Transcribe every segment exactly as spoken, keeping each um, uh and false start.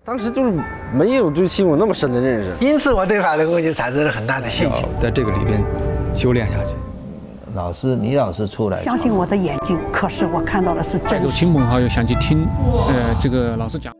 当时就是没有对气功那么深的认识， 因此我对法轮功就产生了很大的兴趣， 在这个里边修炼下去。 老师，倪老师出来， 相信我的眼睛，可是我看到的是真实。 亲朋好友想去听，呃，这个老师讲。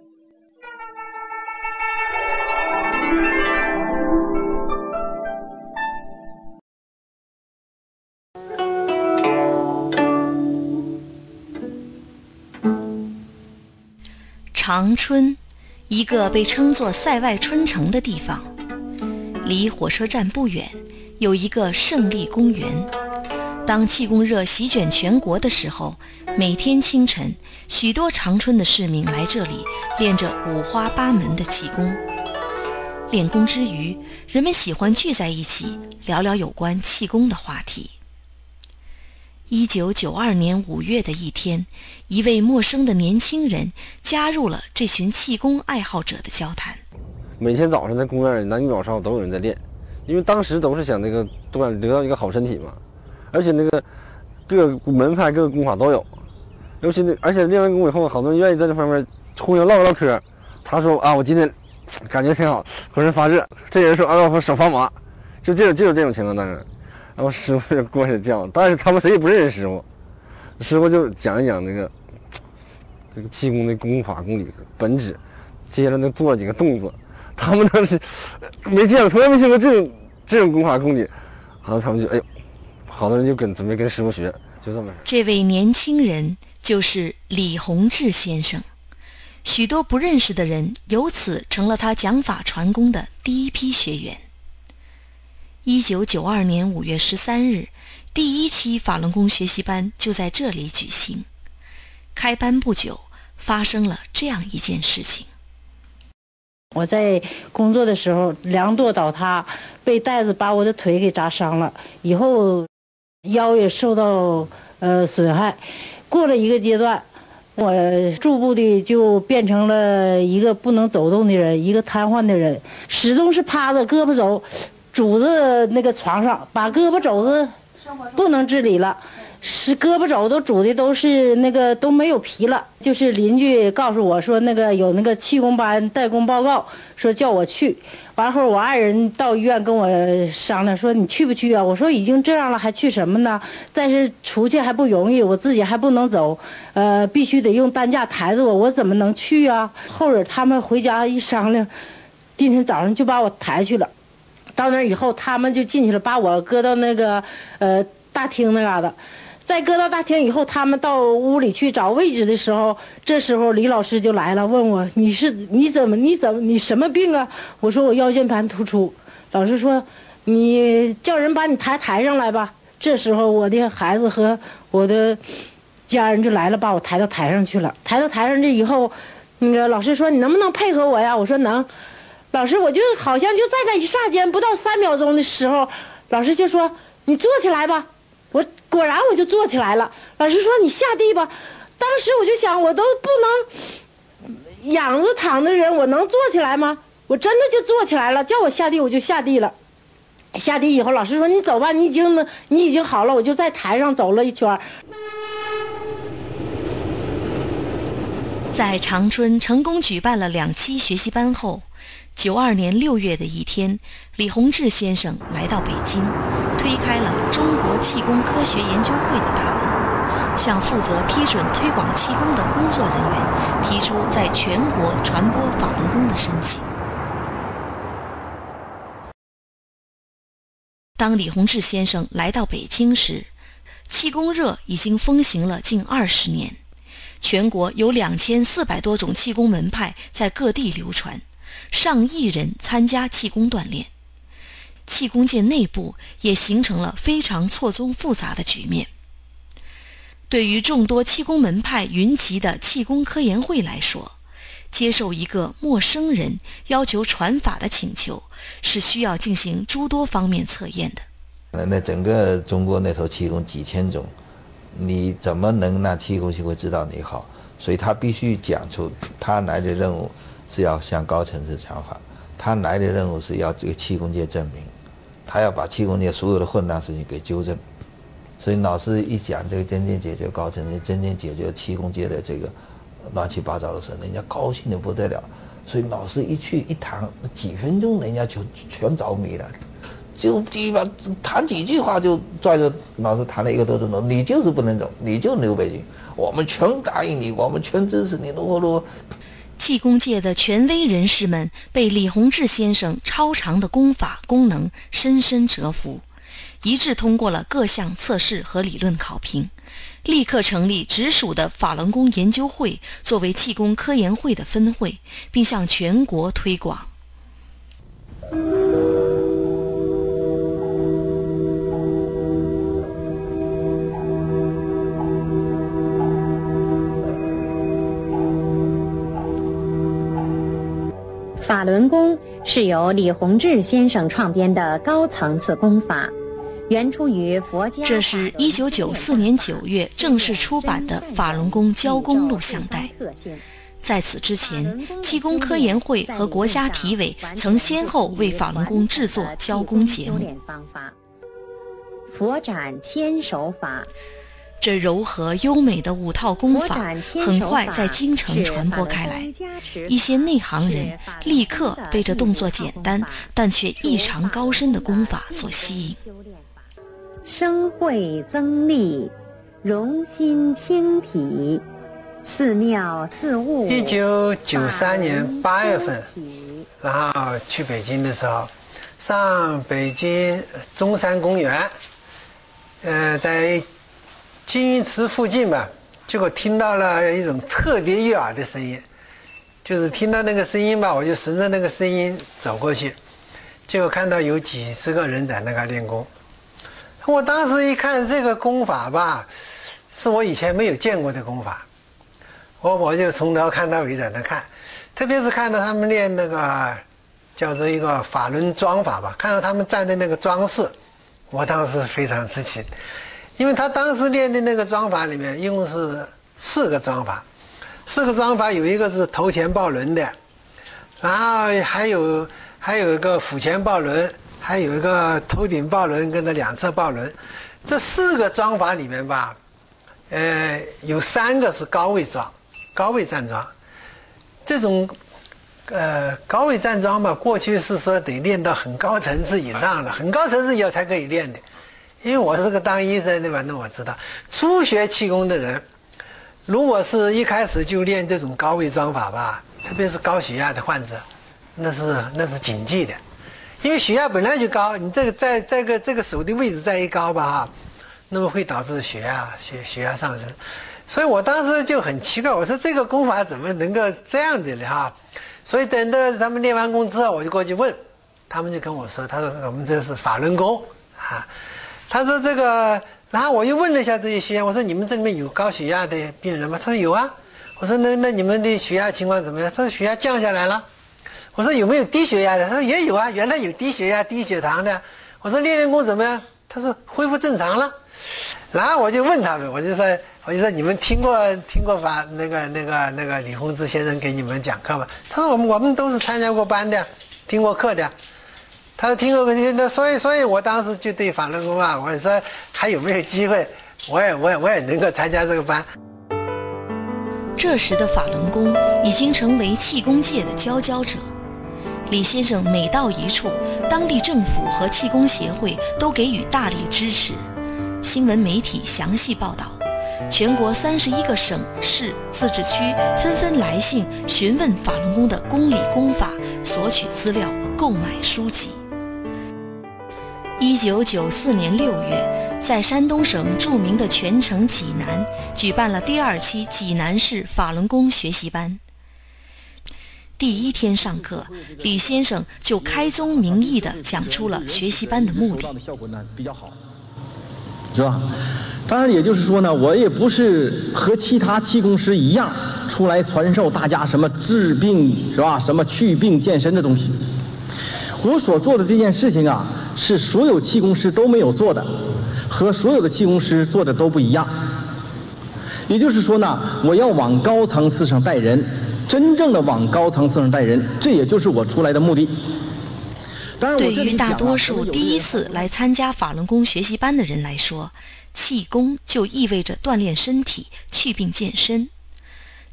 长春，一个被称作塞外春城的地方，离火车站不远有一个胜利公园。当气功热席卷全国的时候，每天清晨，许多长春的市民来这里练着五花八门的气功。练功之余，人们喜欢聚在一起聊聊有关气功的话题。一九九二年五月的一天，一位陌生的年轻人加入了这群气功爱好者的交谈。 每天早上在公园里，男女老少都有人在练，因为当时都是想那个都想得到一个好身体嘛，而且那个各个门派各个功法都有，尤其那而且练完功以后，好多人愿意在这方面互相唠唠嗑。他说啊，我今天感觉挺好，浑身发热。这人说啊，我手发麻，就这种就有这种情况当然。然后师傅就过去叫，但是他们谁也不认识师傅，师傅就讲一讲那个这个气功的功法功理本质，接着就做了几个动作，他们当时没见过，从来没见过这种这种功法功理，好像他们就哎呦，好多人就跟准备跟师傅学，就这么。 这位年轻人就是李洪志先生，许多不认识的人由此成了他讲法传功的第一批学员。一九九二年五月十三日，第一期法轮功学习班就在这里举行。开班不久，发生了这样一件事情。 我在工作的时候梁垛倒塌，被带子把我的腿给砸伤了，以后腰也受到呃损害。过了一个阶段，我逐步的就变成了一个不能走动的人，一个瘫痪的人，始终是趴着胳膊肘拄着那个床上，把胳膊肘子不能自理了，是胳膊肘都拄的都是那个都没有皮了。就是邻居告诉我说，那个有那个气功班代工报告，说叫我去。完后我爱人到医院跟我商量说，你去不去啊？我说已经这样了还去什么呢？但是出去还不容易，我自己还不能走，呃，必须得用担架抬着我，我怎么能去啊？后边他们回家一商量，第二天早上就把我抬去了。到那以后，他们就进去了，把我搁到那个呃大厅那嘎达。再搁到大厅以后，他们到屋里去找位置的时候，这时候李老师就来了，问我你是你怎么你怎么你什么病啊？我说我腰间盘突出。老师说你叫人把你抬抬上来吧。这时候我的孩子和我的家人就来了，把我抬到台上去了。抬到台上这以后，那个老师说你能不能配合我呀？我说能。老师，我就好像就在那一霎间不到三秒钟的时候，老师就说你坐起来吧。我果然我就坐起来了。老师说你下地吧。当时我就想，我都不能仰着躺的人，我能坐起来吗？我真的就坐起来了，叫我下地我就下地了。下地以后，老师说你走吧，你已经你已经好了。我就在台上走了一圈。 在长春成功举办了两期学习班后，九二年六月的一天，李洪志先生来到北京，推开了中国气功科学研究会的大门，向负责批准推广气功的工作人员提出在全国传播法轮功的申请。当李洪志先生来到北京时，气功热已经风行了近二十年，全国有两千四百多种气功门派在各地流传，上亿人参加气功锻炼，气功界内部也形成了非常错综复杂的局面。对于众多气功门派云集的气功科研会来说，接受一个陌生人要求传法的请求，是需要进行诸多方面测验的。 那整个中国那头气功几千种，你怎么能让气功协会知道你好？所以他必须讲出他来的任务是要向高层次讲法，他来的任务是要这个气功界证明，他要把气功界所有的混乱事情给纠正。所以老师一讲这个真正解决高层次，真正解决气功界的这个乱七八糟的事，人家高兴的不得了。 所以老师一去一谈，几分钟人家就全着迷了，就基本谈几句话就拽着老师谈了一个多钟头。你就是不能走，你就留北京，我们全答应你，我们全支持你，如何如何。 气功界的权威人士们被李洪志先生超长的功法功能深深折服，一致通过了各项测试和理论考评，立刻成立直属的法轮功研究会作为气功科研会的分会，并向全国推广。 法轮功是由李洪志先生创编的高层次功法，原出于佛家。 这是一九九四年九月正式出版的法轮功教功录像带。在此之前，气功科研会和国家体委曾先后为法轮功制作教功节目。 佛展千手法。 这柔和优美的五套功法很快在京城传播开来，一些内行人立刻被这动作简单但却异常高深的功法所吸引。 生慧增力，容心清体，寺庙寺务。 一九九三年八月份，然后去北京的时候，上北京中山公园，呃，在金鱼池附近吧，结果听到了一种特别悦耳的声音，就是听到那个声音吧，我就顺着那个声音走过去，结果看到有几十个人在那个练功。我当时一看这个功法吧，是我以前没有见过的功法，我我就从头看到尾在那看，特别是看到他们练那个叫做一个法轮桩法吧，看到他们站的那个桩式，我当时非常吃惊。因为他当时练的那个桩法里面一共是四个桩法，四个桩法有一个是头前抱轮的，然后还有还有一个腹前抱轮，还有一个头顶抱轮跟着两侧抱轮。这四个桩法里面吧，呃，有三个是高位桩，高位站桩。这种呃高位站桩嘛，过去是说得练到很高层次以上了，很高层次以后才可以练的。因为我是个当医生的嘛，那我知道，初学气功的人，如果是一开始就练这种高位桩法吧，特别是高血压的患者，那是那是禁忌的，因为血压本来就高，你这个在这个这个手的位置再一高吧哈，那么会导致血压血血压上升，所以我当时就很奇怪，我说这个功法怎么能够这样的呢哈？所以等到他们练完功之后，我就过去问，他们就跟我说，他说我们这是法轮功啊。他说这个，然后我又问了一下这些学员，我说你们这里面有高血压的病人吗？他说有啊。我说那那你们的血压情况怎么样？他说血压降下来了。我说有没有低血压的？他说也有啊，原来有低血压、低血糖的。我说练练功怎么样？他说恢复正常了。然后我就问他们，我就说我就说你们听过听过法那个那个那个李洪志先生给你们讲课吗？他说我们我们都是参加过班的，听过课的。他听过那所以所以我当时就对法轮功啊，我说还有没有机会，我也我也我也能够参加这个班。 这时的法轮功已经成为气功界的佼佼者。李先生每到一处，当地政府和气功协会都给予大力支持。新闻媒体详细报道，全国三十一个省市自治区纷纷来信询问法轮功的功理功法，索取资料，购买书籍。一九九四年六月，在山东省著名的泉城济南举办了第二期济南市法轮功学习班。第一天上课，李先生就开宗明义地讲出了学习班的目的。 效果呢比较好，是吧？当然，也就是说呢，我也不是和其他气功师一样出来传授大家什么治病是吧？什么祛病健身的东西。我所做的这件事情啊，是所有气功师都没有做的，和所有的气功师做的都不一样。也就是说呢，我要往高层次上带人，真正的往高层次上带人，这也就是我出来的目的。当然， 对于大多数第一次来参加法轮功学习班的人来说，气功就意味着锻炼身体、祛病健身。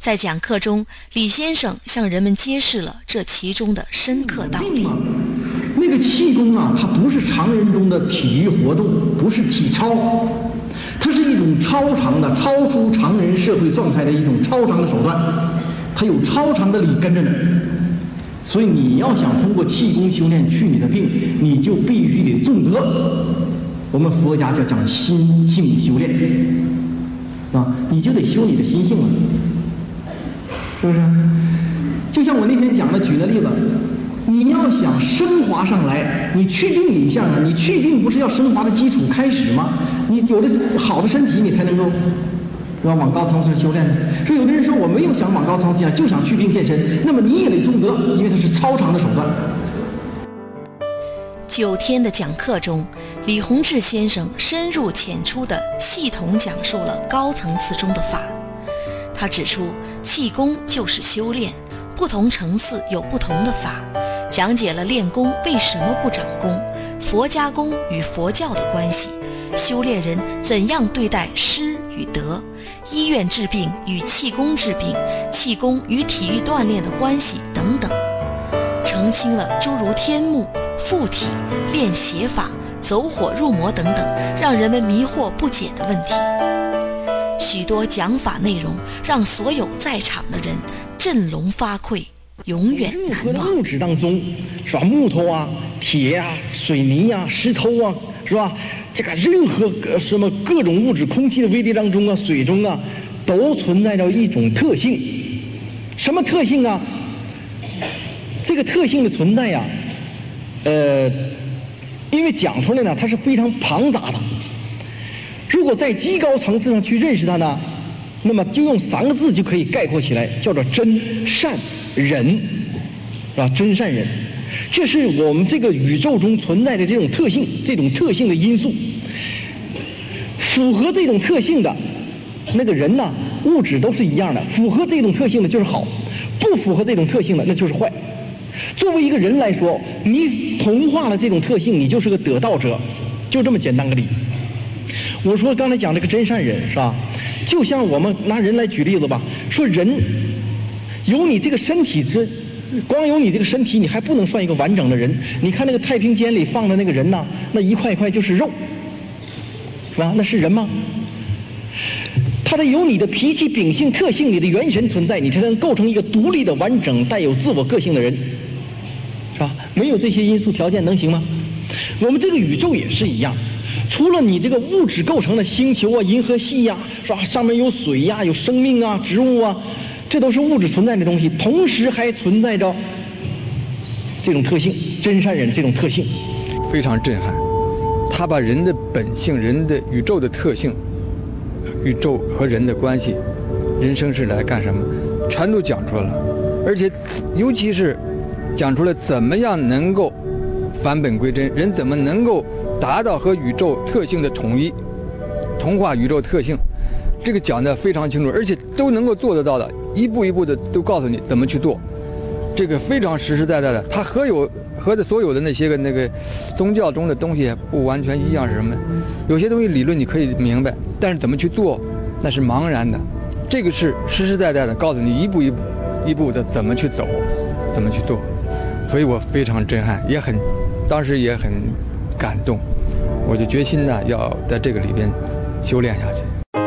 在讲课中，李先生向人们揭示了这其中的深刻道理。 那个气功啊，它不是常人中的体育活动，不是体操，它是一种超常的、超出常人社会状态的一种超常的手段，它有超常的理跟着呢。所以你要想通过气功修炼去你的病，你就必须得重德。我们佛家叫讲心性修炼，啊，你就得修你的心性了，是不是？就像我那天讲的，举的例子，你要想升华上来，你去病影像啊，你去病不是要升华的基础开始吗？你有了好的身体，你才能够是吧往高层次修炼。所以有的人说我没有想往高层次想，就想去病健身，那么你也得重德，因为它是超常的手段。 九天的讲课中，李洪志先生深入浅出地系统讲述了高层次中的法。他指出，气功就是修炼，不同层次有不同的法，讲解了练功为什么不长功，佛家功与佛教的关系，修炼人怎样对待失与得，医院治病与气功治病，气功与体育锻炼的关系等等，澄清了诸如天目、附体、练邪法、走火入魔等等让人们迷惑不解的问题。许多讲法内容让所有在场的人振聋发聩，永远难忘。 物质当中，是吧？木头啊、铁啊、水泥啊、石头啊，是吧？这个任何什么各种物质，空气的微粒当中啊、水中啊，都存在着一种特性。什么特性啊？这个特性的存在呀、啊，呃，因为讲出来呢，它是非常庞杂的。如果在极高层次上去认识它呢，那么就用三个字就可以概括起来，叫做真善忍，是吧？真善忍，这是我们这个宇宙中存在的这种特性，这种特性的因素。符合这种特性的那个人呢，物质都是一样的，符合这种特性的就是好，不符合这种特性的那就是坏。作为一个人来说，你同化了这种特性，你就是个得道者，就这么简单个理。我说刚才讲这个真善忍是吧？就像我们拿人来举例子吧，说人有你这个身体之，光有你这个身体，你还不能算一个完整的人。你看那个太平间里放的那个人呐，那一块一块就是肉，是吧？那是人吗？它得有你的脾气、秉性、特性，你的元神存在，你才能构成一个独立的、完整、带有自我个性的人，是吧？没有这些因素条件能行吗？我们这个宇宙也是一样。除了你这个物质构成的星球啊、银河系呀、啊，是吧？上面有水呀、啊、有生命啊、植物啊，这都是物质存在的东西。同时还存在着这种特性，真善忍这种特性， 非常震撼。他把人的本性、人的宇宙的特性、宇宙和人的关系、人生是来干什么，全都讲出来了。而且，尤其是讲出来怎么样能够返本归真，人怎么能够达到和宇宙特性的统一，同化宇宙特性，这个讲得非常清楚，而且都能够做得到的，一步一步的都告诉你怎么去做，这个非常实实在在的。它和有和的所有的那些个那个宗教中的东西不完全一样，是什么？有些东西理论你可以明白，但是怎么去做那是茫然的。这个是实实在在的告诉你一步一步一步的怎么去走，怎么去做。所以我非常震撼，也很当时也很感动，我就决心呢要在这个里边修炼下去。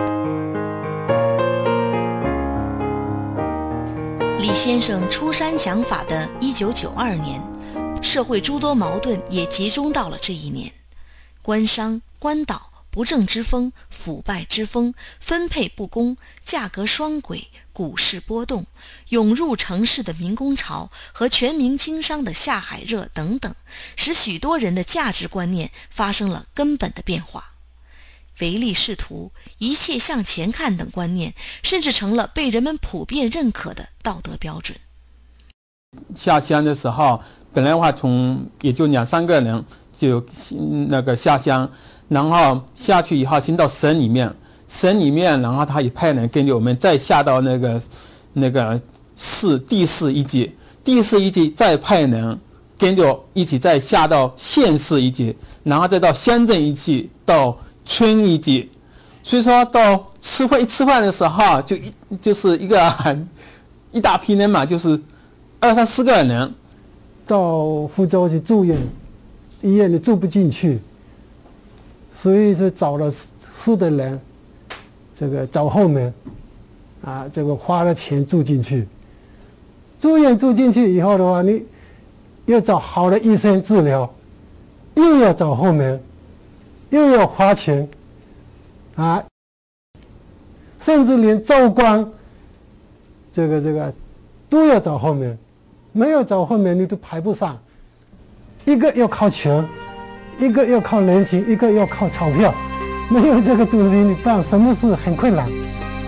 李先生出山讲法的一九九二年，社会诸多矛盾也集中到了这一年，官商、官倒、不正之风、腐败之风、分配不公、价格双轨、股市波动、涌入城市的民工潮和全民经商的下海热等等，使许多人的价值观念发生了根本的变化。唯利是图、一切向前看等观念，甚至成了被人们普遍认可的道德标准。 下乡的时候，本来的话从也就两三个人就那个下乡，然后下去以后先到省里面，省里面，然后他也派人跟着我们再下到那个那个市第四一级，第四一级再派人跟着一起再下到县市一级，然后再到乡镇一级，到村一级。 所以说到吃饭一吃饭的时候，就一就是一个很一大批人嘛，就是二三十个人。 到福州去住院，医院里住不进去，所以说找了宿的人，这个找后门，啊，这个花了钱住进去。住院住进去以后的话，你要找好的医生治疗，又要找后门，又要花钱，啊，甚至连照光，这个这个都要找后门。没有找后面你都排不上，一个要靠钱，一个要靠人情，一个要靠钞票，没有这个东西你办什么事很困难。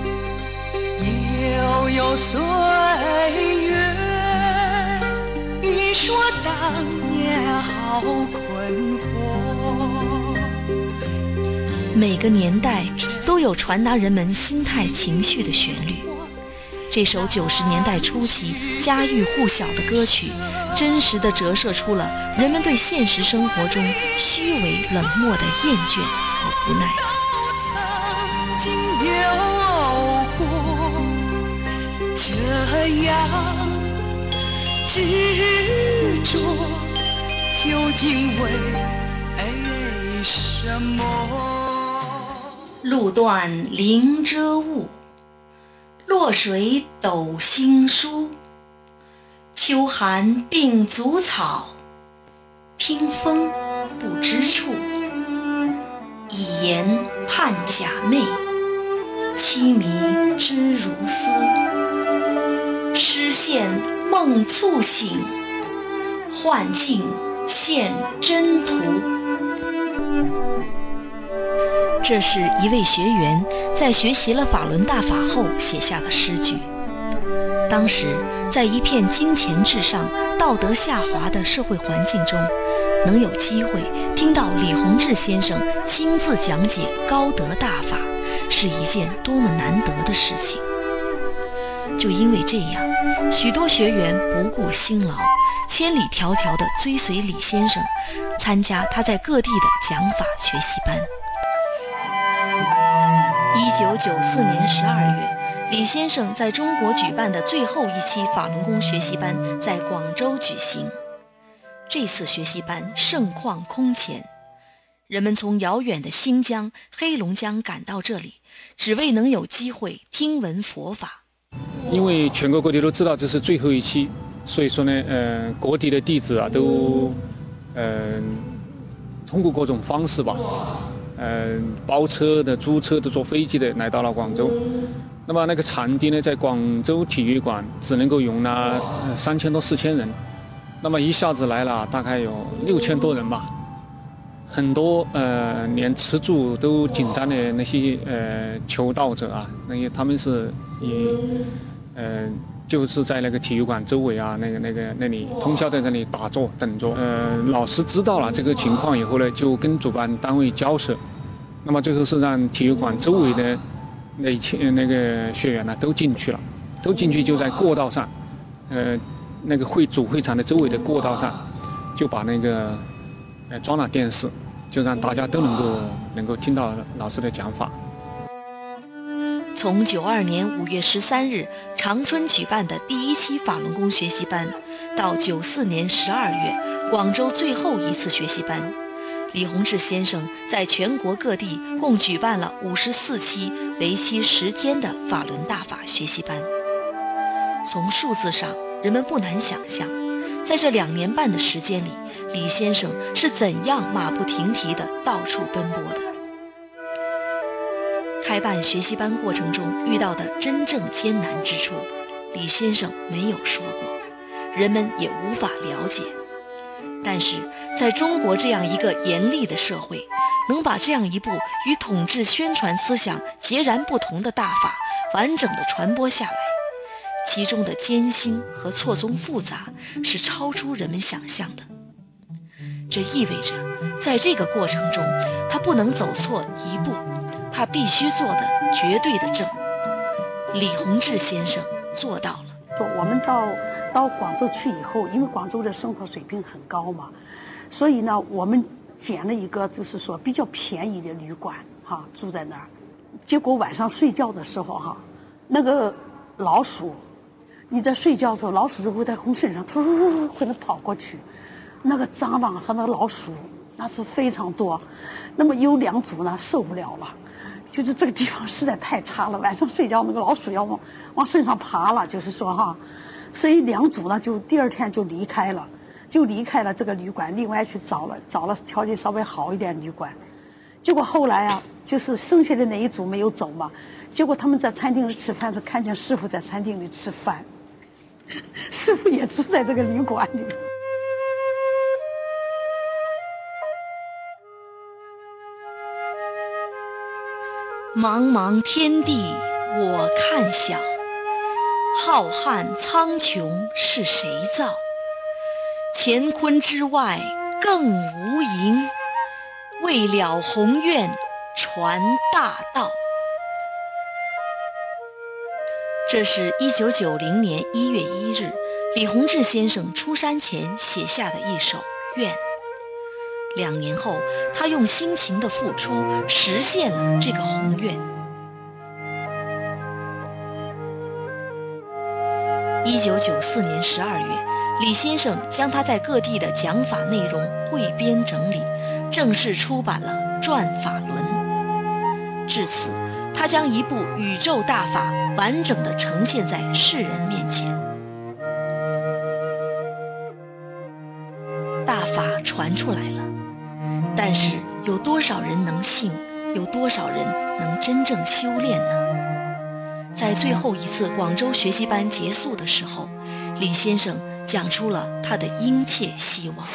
悠悠岁月，你说当年好困惑。 每个年代都有传达人们心态情绪的旋律。这首九十年代初期家喻户晓的歌曲，真实地折射出了人们对现实生活中虚伪冷漠的厌倦和无奈。 曾经有过这样执着，究竟为什么？ 路断菱遮雾，洛水斗星疏，秋寒病足草，听风不知处。一言盼假寐，凄迷知如丝。痴现梦促醒，幻境现真图。这是一位学员在学习了法轮大法后写下的诗句。当时在一片金钱至上、道德下滑的社会环境中，能有机会听到李洪志先生亲自讲解高德大法，是一件多么难得的事情。就因为这样，许多学员不顾辛劳，千里迢迢地追随李先生，参加他在各地的讲法学习班。一九九四年十二月，李先生在中国举办的最后一期法轮功学习班在广州举行。这次学习班盛况空前，人们从遥远的新疆、黑龙江赶到这里，只为能有机会听闻佛法。 因为全国各地都知道这是最后一期，所以说呢，呃，各地的弟子啊都，呃，通过各种方式吧。呃，包车的、租车的、坐飞机的来到了广州。那么那个场地呢，在广州体育馆只能够容纳三千多、四千人。那么一下子来了大概有六千多人吧。很多呃，连吃住都紧张的那些呃求道者啊，那些他们是以呃。就是在那个体育馆周围啊，那个那个那里通宵在那里打坐等着。呃，老师知道了这个情况以后呢，就跟主办单位交涉，那么最后是让体育馆周围的那些那个学员呢都进去了，都进去就在过道上，呃，那个会主会场的周围的过道上，就把那个呃装了电视，就让大家都能够能够听到老师的讲法。 从九二年五月十三日长春举办的第一期法轮功学习班，到九四年十二月广州最后一次学习班，李洪志先生在全国各地共举办了五十四期为期十天的法轮大法学习班。从数字上，人们不难想象，在这两年半的时间里，李先生是怎样马不停蹄地到处奔波的。开办学习班过程中遇到的真正艰难之处，李先生没有说过，人们也无法了解。但是在中国这样一个严厉的社会，能把这样一部与统治宣传思想截然不同的大法完整地传播下来，其中的艰辛和错综复杂是超出人们想象的。这意味着在这个过程中，他不能走错一步，他必须做的绝对的正。李洪志先生做到了。 我们到到广州去以后，因为广州的生活水平很高嘛，所以呢，我们捡了一个就是说比较便宜的旅馆，哈，住在那儿。 结果晚上睡觉的时候哈，那个老鼠，你在睡觉的时候，老鼠就会在红身上突突会能跑过去，那个蟑螂和那个老鼠那是非常多。那么有两组呢受不了了，就是这个地方实在太差了，晚上睡觉那个老鼠要往往身上爬了，就是说哈，所以两组呢就第二天就离开了，就离开了这个旅馆，另外去找了找了条件稍微好一点的旅馆。结果后来啊，就是剩下的那一组没有走嘛。结果他们在餐厅里吃饭，是看见师傅在餐厅里吃饭，师傅也住在这个旅馆里。 茫茫天地我看小，浩瀚苍穹是谁造？乾坤之外更无垠，为了宏愿传大道。这是一九九零年一月一日，李洪志先生出山前写下的一首愿。两年后，他用辛勤的付出实现了这个宏愿。一九九四年十二月，李先生将他在各地的讲法内容汇编整理，正式出版了《转法轮》。至此，他将一部宇宙大法完整地呈现在世人面前。大法传出来了，但是有多少人能信？有多少人能真正修炼呢？在最后一次广州学习班结束的时候，李先生讲出了他的殷切希望。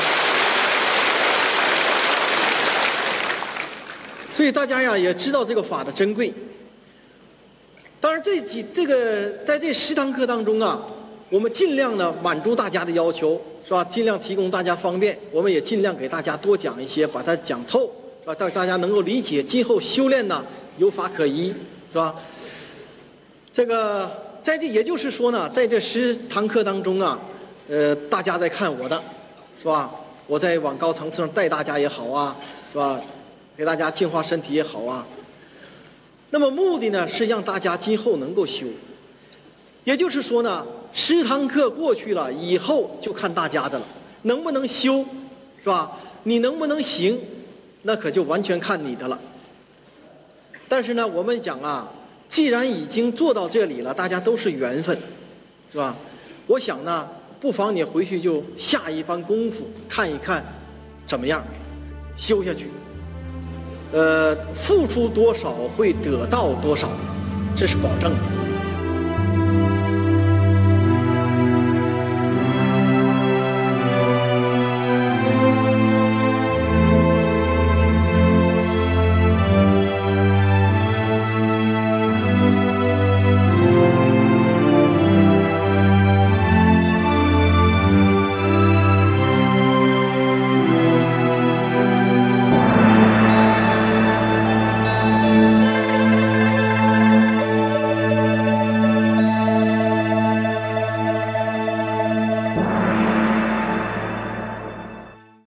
所以大家呀也知道这个法的珍贵。当然这几这个在这十堂课当中啊，我们尽量呢满足大家的要求，是吧？尽量提供大家方便，我们也尽量给大家多讲一些，把它讲透，是吧？让大家能够理解，今后修炼呢有法可依，是吧？这个在这也就是说呢，在这十堂课当中啊，呃，大家在看我的，是吧？我在往高层次上带大家也好啊，是吧？给大家净化身体也好啊。那么目的呢是让大家今后能够修，也就是说呢，十堂课过去了以后就看大家的了，能不能修，是吧？你能不能行，那可就完全看你的了。但是呢，我们讲啊，既然已经做到这里了，大家都是缘分，是吧？我想呢，不妨你回去就下一番功夫，看一看怎么样修下去。呃，付出多少会得到多少，这是保证的。